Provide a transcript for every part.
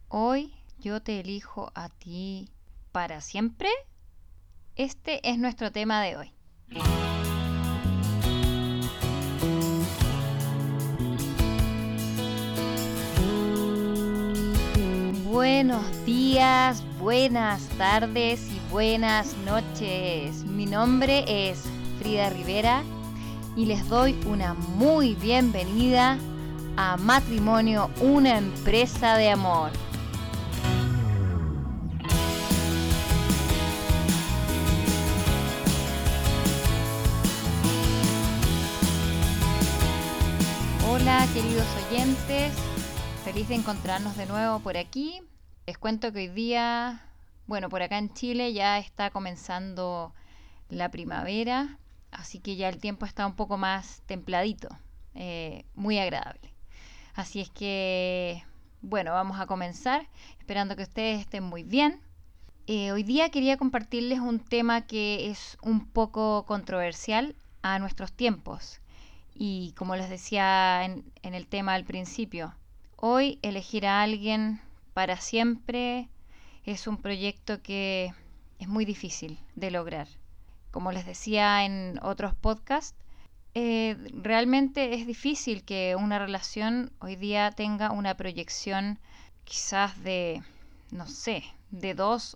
Hoy yo te elijo a ti para siempre. Este es nuestro tema de hoy. Buenos días, buenas tardes y buenas noches. Mi nombre es Frida Rivera y les doy una muy bienvenida a Matrimonio, una empresa de amor. Hola queridos oyentes, feliz de encontrarnos de nuevo por aquí. Les cuento que hoy día, por acá en Chile ya está comenzando la primavera, así que ya el tiempo está un poco más templadito, muy agradable. Así es que, vamos a comenzar, esperando que ustedes estén muy bien. Hoy día quería compartirles un tema que es un poco controversial a nuestros tiempos. Y como les decía en el tema al principio, hoy elegir a alguien para siempre es un proyecto que es muy difícil de lograr. Como les decía en otros podcasts, realmente es difícil que una relación hoy día tenga una proyección quizás de, no sé, de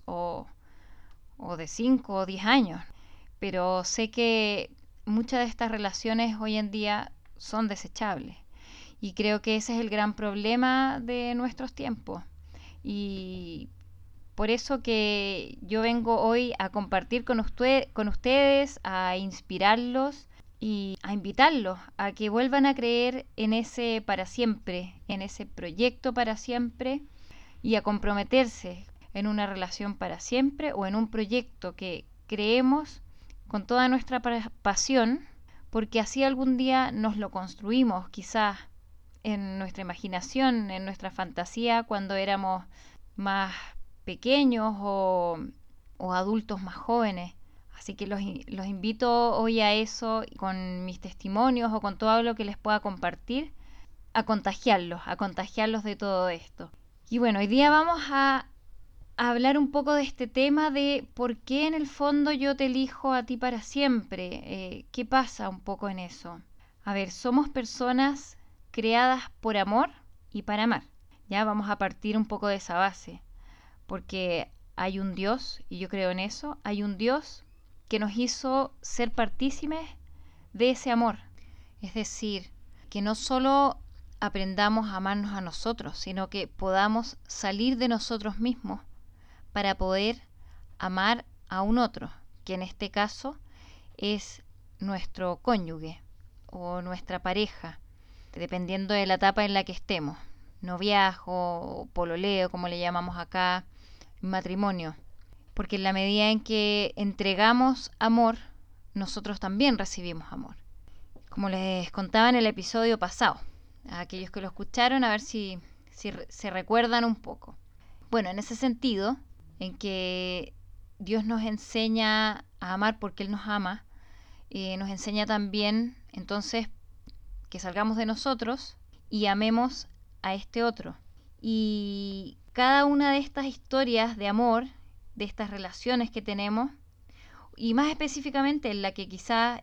2 o de 5 o 10 años. Pero sé que muchas de estas relaciones hoy en día son desechables. Y creo que ese es el gran problema de nuestros tiempos. Y por eso que yo vengo hoy a compartir con ustedes, a inspirarlos y a invitarlos a que vuelvan a creer en ese para siempre, en ese proyecto para siempre y a comprometerse en una relación para siempre o en un proyecto que creemos con toda nuestra pasión, porque así algún día nos lo construimos, quizás en nuestra imaginación, en nuestra fantasía, cuando éramos más pequeños o adultos más jóvenes. Así que los invito hoy a eso, con mis testimonios o con todo lo que les pueda compartir, a contagiarlos de todo esto. Y bueno, hoy día vamos a hablar un poco de este tema de por qué en el fondo yo te elijo a ti para siempre. ¿Qué pasa un poco en eso? A ver, somos personas creadas por amor y para amar. Ya vamos a partir un poco de esa base, porque hay un Dios, y yo creo en eso, hay un Dios que nos hizo ser partícipes de ese amor. Es decir, que no solo aprendamos a amarnos a nosotros, sino que podamos salir de nosotros mismos para poder amar a un otro, que en este caso es nuestro cónyuge o nuestra pareja, dependiendo de la etapa en la que estemos, noviazgo, pololeo, como le llamamos acá, matrimonio. Porque en la medida en que entregamos amor, nosotros también recibimos amor. Como les contaba en el episodio pasado, a aquellos que lo escucharon, a ver si se recuerdan un poco. Bueno, en ese sentido, en que Dios nos enseña a amar porque Él nos ama, nos enseña también entonces que salgamos de nosotros y amemos a este otro. Y cada una de estas historias de amor, de estas relaciones que tenemos, y más específicamente en la que quizá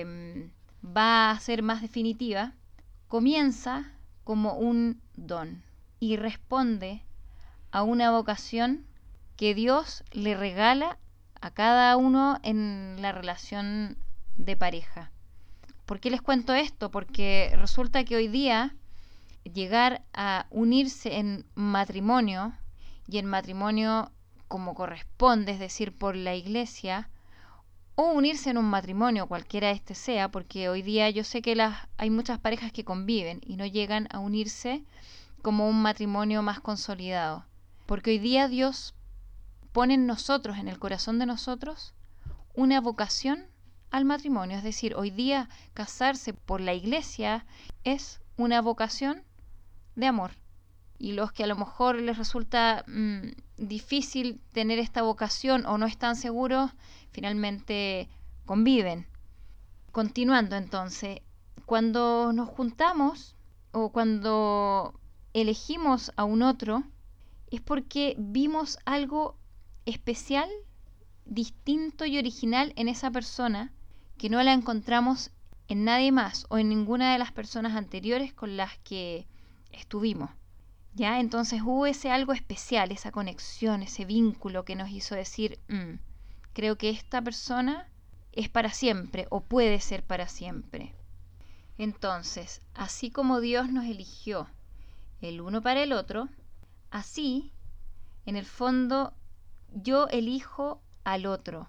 va a ser más definitiva, comienza como un don y responde a una vocación que Dios le regala a cada uno en la relación de pareja. ¿Por qué les cuento esto? Porque resulta que hoy día llegar a unirse en matrimonio, y en matrimonio como corresponde, es decir, por la iglesia, o unirse en un matrimonio, cualquiera este sea, porque hoy día yo sé que hay muchas parejas que conviven y no llegan a unirse como un matrimonio más consolidado. Porque hoy día Dios pone en nosotros, en el corazón de nosotros, una vocación al matrimonio. Es decir, hoy día casarse por la iglesia es una vocación de amor. Y los que a lo mejor les resulta difícil tener esta vocación o no están seguros, finalmente conviven. Continuando entonces, cuando nos juntamos o cuando elegimos a un otro, es porque vimos algo especial, distinto y original en esa persona que no la encontramos en nadie más o en ninguna de las personas anteriores con las que estuvimos. ¿Ya? Entonces hubo ese algo especial, esa conexión, ese vínculo que nos hizo decir, creo que esta persona es para siempre o puede ser para siempre. Entonces, así como Dios nos eligió el uno para el otro, así, en el fondo, yo elijo al otro,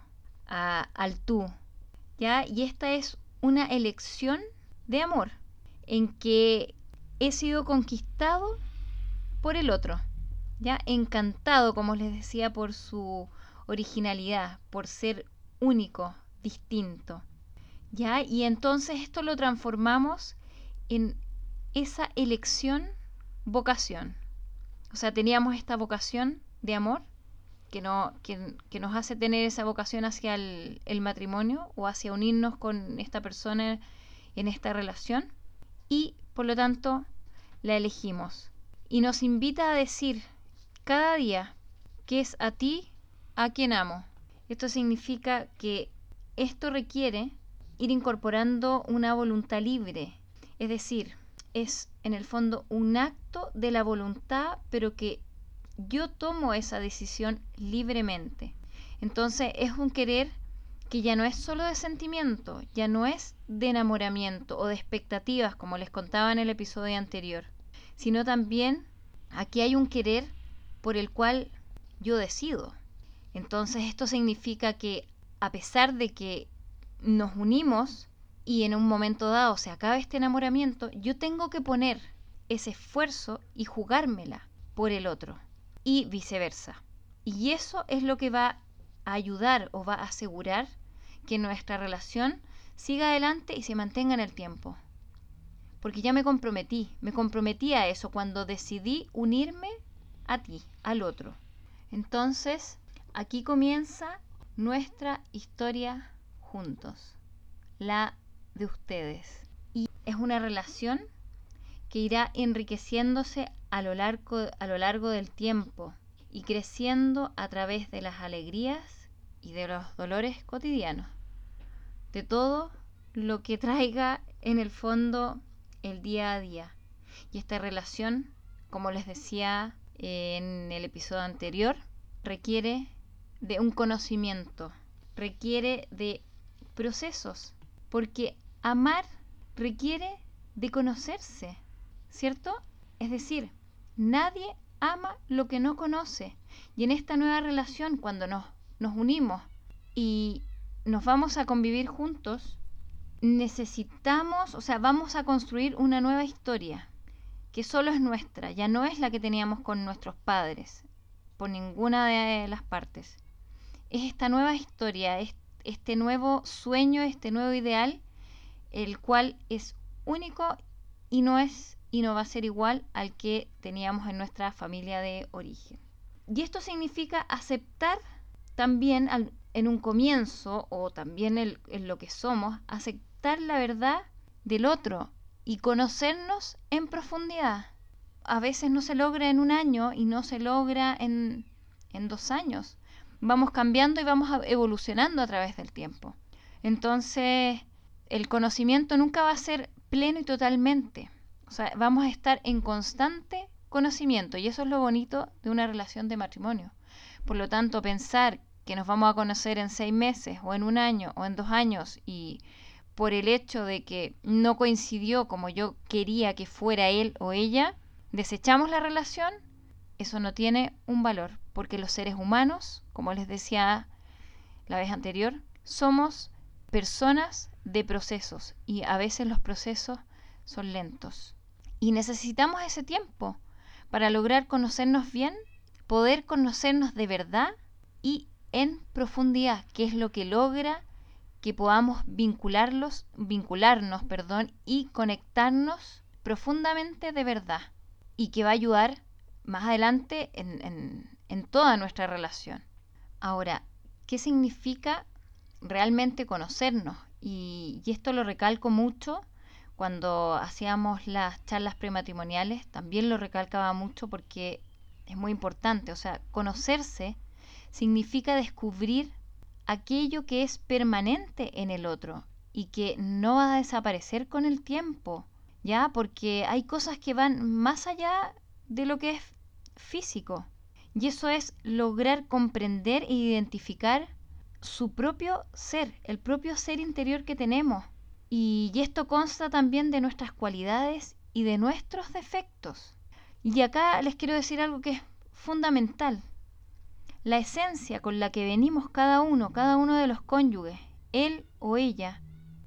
al tú, ¿ya? Y esta es una elección de amor, en que he sido conquistado por el otro, ¿ya? Encantado, como les decía, por su originalidad, por ser único, distinto, ¿ya? Y entonces esto lo transformamos en esa elección, vocación. O sea, teníamos esta vocación de amor que nos hace tener esa vocación hacia el matrimonio o hacia unirnos con esta persona en esta relación y por lo tanto la elegimos. Y nos invita a decir cada día que es a ti a quien amo. Esto significa que esto requiere ir incorporando una voluntad libre, es decir, es en el fondo un acto de la voluntad, pero que yo tomo esa decisión libremente. Entonces es un querer que ya no es solo de sentimiento, ya no es de enamoramiento o de expectativas, como les contaba en el episodio anterior, sino también aquí hay un querer por el cual yo decido. Entonces esto significa que a pesar de que nos unimos y en un momento dado se acaba este enamoramiento, yo tengo que poner ese esfuerzo y jugármela por el otro y viceversa. Y eso es lo que va a ayudar o va a asegurar que nuestra relación siga adelante y se mantenga en el tiempo. Porque ya me comprometí a eso cuando decidí unirme a ti, al otro. Entonces, aquí comienza nuestra historia juntos, la de ustedes. Y es una relación que irá enriqueciéndose a lo largo del tiempo y creciendo a través de las alegrías y de los dolores cotidianos, de todo lo que traiga en el fondo el día a día. Y esta relación, como les decía en el episodio anterior, requiere de un conocimiento, requiere de procesos, porque amar requiere de conocerse, ¿cierto? Es decir, nadie ama lo que no conoce. Y en esta nueva relación, cuando nos unimos y nos vamos a convivir juntos, necesitamos, o sea, vamos a construir una nueva historia que solo es nuestra, ya no es la que teníamos con nuestros padres, por ninguna de las partes. Es esta nueva historia, este nuevo sueño, este nuevo ideal, el cual es único y no va a ser igual al que teníamos en nuestra familia de origen. Y esto significa aceptar también en un comienzo, o también en lo que somos, aceptar la verdad del otro y conocernos en profundidad. A veces no se logra en un año y no se logra en 2 años. Vamos cambiando y vamos evolucionando a través del tiempo. Entonces, el conocimiento nunca va a ser pleno y totalmente. O sea, vamos a estar en constante conocimiento y eso es lo bonito de una relación de matrimonio. Por lo tanto, pensar que nos vamos a conocer en 6 meses o en 1 año o en 2 años y por el hecho de que no coincidió como yo quería que fuera él o ella, desechamos la relación, eso no tiene un valor, porque los seres humanos, como les decía la vez anterior, somos personas de procesos y a veces los procesos son lentos. Y necesitamos ese tiempo para lograr conocernos bien, poder conocernos de verdad y en profundidad, que es lo que logra que podamos vincularnos, y conectarnos profundamente de verdad y que va a ayudar más adelante en toda nuestra relación. Ahora, ¿qué significa realmente conocernos? Y esto lo recalco mucho cuando hacíamos las charlas prematrimoniales, también lo recalcaba mucho porque es muy importante. O sea, conocerse significa descubrir aquello que es permanente en el otro y que no va a desaparecer con el tiempo, ¿ya? Porque hay cosas que van más allá de lo que es físico. Y eso es lograr comprender e identificar su propio ser, el propio ser interior que tenemos. Y esto consta también de nuestras cualidades y de nuestros defectos. Y acá les quiero decir algo que es fundamental. La esencia con la que venimos cada uno de los cónyuges, él o ella,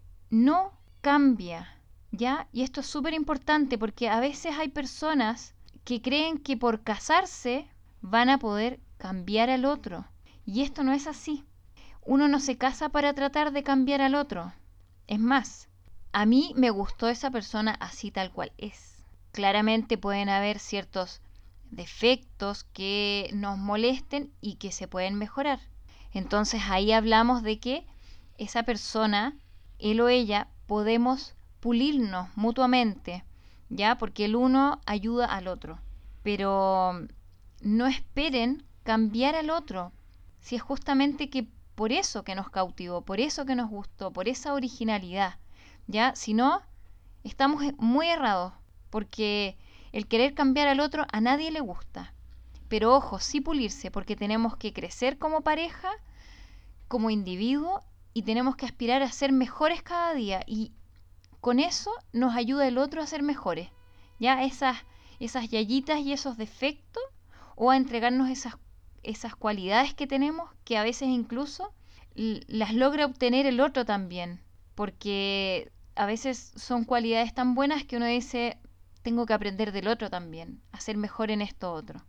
no cambia, ¿ya? Y esto es súper importante porque a veces hay personas que creen que por casarse van a poder cambiar al otro. Y esto no es así. Uno no se casa para tratar de cambiar al otro. Es más, a mí me gustó esa persona así tal cual es. Claramente pueden haber ciertos defectos que nos molesten y que se pueden mejorar. Entonces ahí hablamos de que esa persona, él o ella, podemos pulirnos mutuamente, ¿ya? Porque el uno ayuda al otro. Pero no esperen cambiar al otro, si es justamente que por eso que nos cautivó, por eso que nos gustó, por esa originalidad, ¿ya? Si no, estamos muy errados, porque el querer cambiar al otro a nadie le gusta. Pero ojo, sí pulirse, porque tenemos que crecer como pareja, como individuo, y tenemos que aspirar a ser mejores cada día. Y con eso nos ayuda el otro a ser mejores. Ya esas yayitas y esos defectos, o a entregarnos esas cualidades que tenemos, que a veces incluso las logra obtener el otro también. Porque a veces son cualidades tan buenas que uno dice, tengo que aprender del otro también, a ser mejor en esto otro.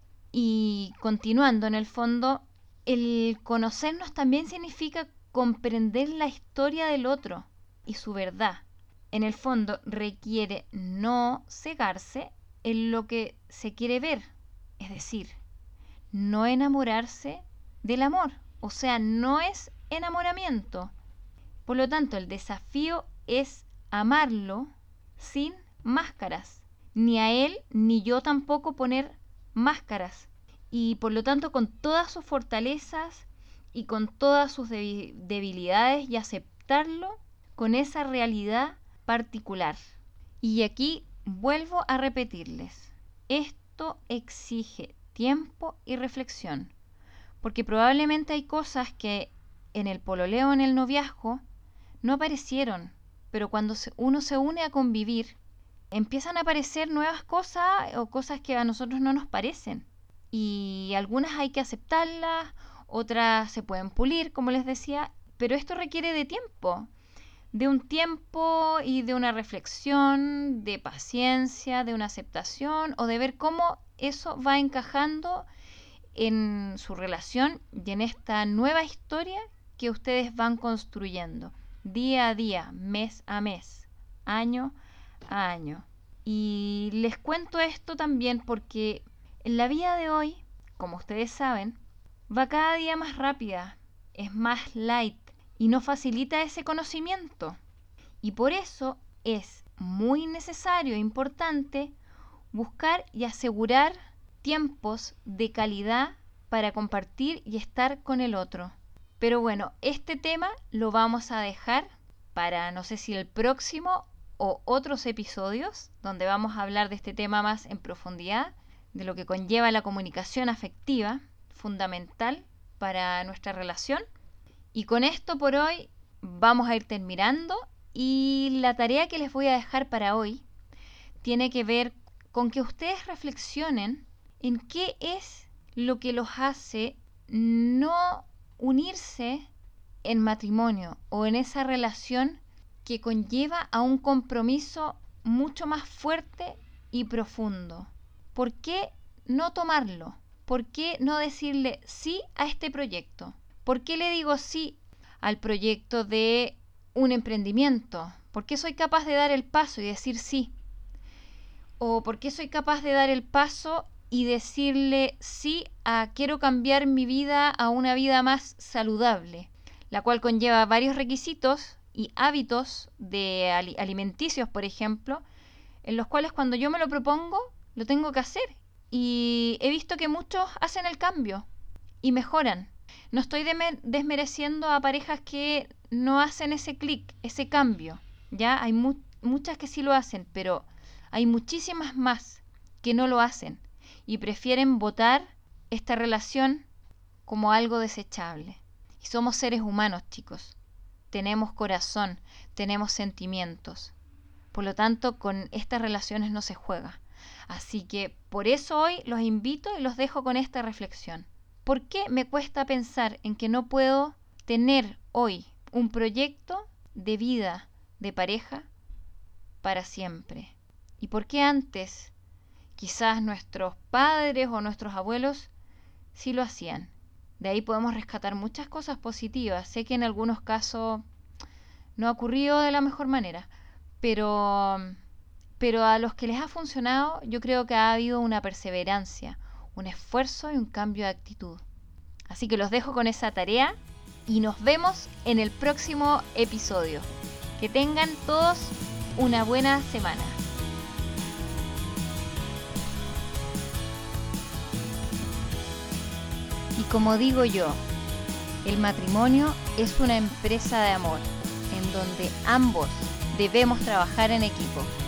Y continuando, en el fondo, el conocernos también significa comprender la historia del otro y su verdad. En el fondo, requiere no cegarse en lo que se quiere ver, es decir, no enamorarse del amor, o sea, no es enamoramiento. Por lo tanto, el desafío es amarlo sin máscaras. Ni a él ni yo tampoco poner máscaras. Y por lo tanto, con todas sus fortalezas y con todas sus debilidades, y aceptarlo con esa realidad particular. Y aquí vuelvo a repetirles, esto exige tiempo y reflexión, porque probablemente hay cosas que en el pololeo, en el noviazgo, no aparecieron, pero cuando uno se une a convivir, empiezan a aparecer nuevas cosas o cosas que a nosotros no nos parecen. Y algunas hay que aceptarlas, otras se pueden pulir, como les decía, pero esto requiere de un tiempo y de una reflexión, de paciencia, de una aceptación o de ver cómo eso va encajando en su relación y en esta nueva historia que ustedes van construyendo día a día, mes a mes, año a año. Y les cuento esto también porque en la vida de hoy, como ustedes saben, va cada día más rápida, es más light y no facilita ese conocimiento. Y por eso es muy necesario e importante buscar y asegurar tiempos de calidad para compartir y estar con el otro. Pero bueno, este tema lo vamos a dejar para no sé si el próximo o otros episodios donde vamos a hablar de este tema más en profundidad, de lo que conlleva la comunicación afectiva, fundamental para nuestra relación. Y con esto por hoy vamos a ir terminando y la tarea que les voy a dejar para hoy tiene que ver con que ustedes reflexionen en qué es lo que los hace no unirse en matrimonio o en esa relación que conlleva a un compromiso mucho más fuerte y profundo. ¿Por qué no tomarlo? ¿Por qué no decirle sí a este proyecto? ¿Por qué le digo sí al proyecto de un emprendimiento? ¿Por qué soy capaz de dar el paso y decir sí? ¿O por qué soy capaz de dar el paso y decirle sí a quiero cambiar mi vida a una vida más saludable, la cual conlleva varios requisitos y hábitos de alimenticios, por ejemplo, en los cuales cuando yo me lo propongo, lo tengo que hacer y he visto que muchos hacen el cambio y mejoran. No estoy desmereciendo a parejas que no hacen ese clic, ese cambio. Ya hay muchas que sí lo hacen, pero hay muchísimas más que no lo hacen y prefieren votar esta relación como algo desechable. Y somos seres humanos, chicos. Tenemos corazón, tenemos sentimientos. Por lo tanto, con estas relaciones no se juega. Así que por eso hoy los invito y los dejo con esta reflexión. ¿Por qué me cuesta pensar en que no puedo tener hoy un proyecto de vida de pareja para siempre? ¿Y por qué antes quizás nuestros padres o nuestros abuelos sí lo hacían? De ahí podemos rescatar muchas cosas positivas. Sé que en algunos casos no ha ocurrido de la mejor manera, pero a los que les ha funcionado, yo creo que ha habido una perseverancia, un esfuerzo y un cambio de actitud. Así que los dejo con esa tarea y nos vemos en el próximo episodio. Que tengan todos una buena semana. Y como digo yo, el matrimonio es una empresa de amor en donde ambos debemos trabajar en equipo.